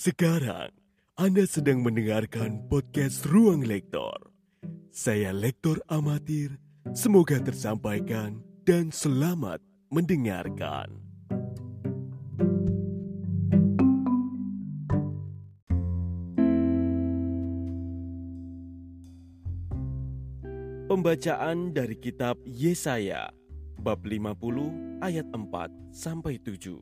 Sekarang, Anda sedang mendengarkan podcast Ruang Lektor. Saya Lektor Amatir, semoga tersampaikan dan selamat mendengarkan. Pembacaan dari kitab Yesaya, bab 50 ayat 4-7.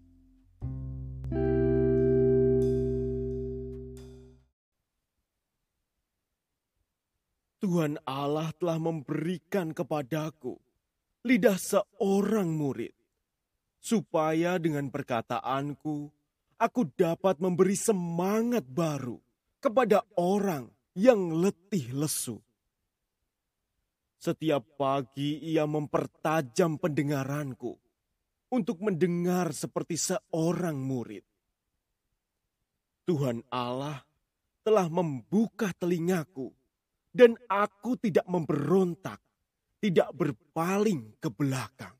Tuhan Allah telah memberikan kepadaku lidah seorang murid, supaya dengan perkataanku aku dapat memberi semangat baru kepada orang yang letih lesu. Setiap pagi ia mempertajam pendengaranku untuk mendengar seperti seorang murid. Tuhan Allah telah membuka telingaku, dan aku tidak memberontak, tidak berpaling ke belakang.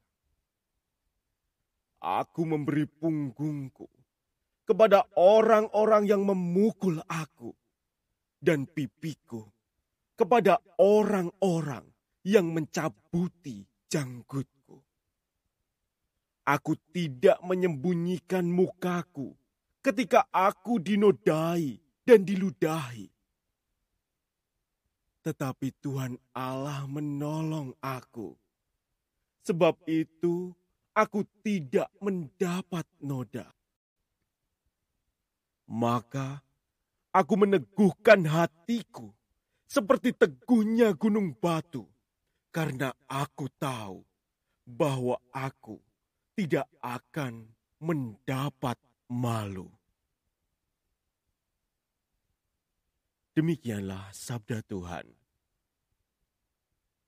Aku memberi punggungku kepada orang-orang yang memukul aku, dan pipiku kepada orang-orang yang mencabuti janggutku. Aku tidak menyembunyikan mukaku ketika aku dinodai dan diludahi. Tetapi Tuhan Allah menolong aku. Sebab itu aku tidak mendapat noda. Maka aku meneguhkan hatiku seperti teguhnya gunung batu, karena aku tahu bahwa aku tidak akan mendapat malu. Demikianlah sabda Tuhan.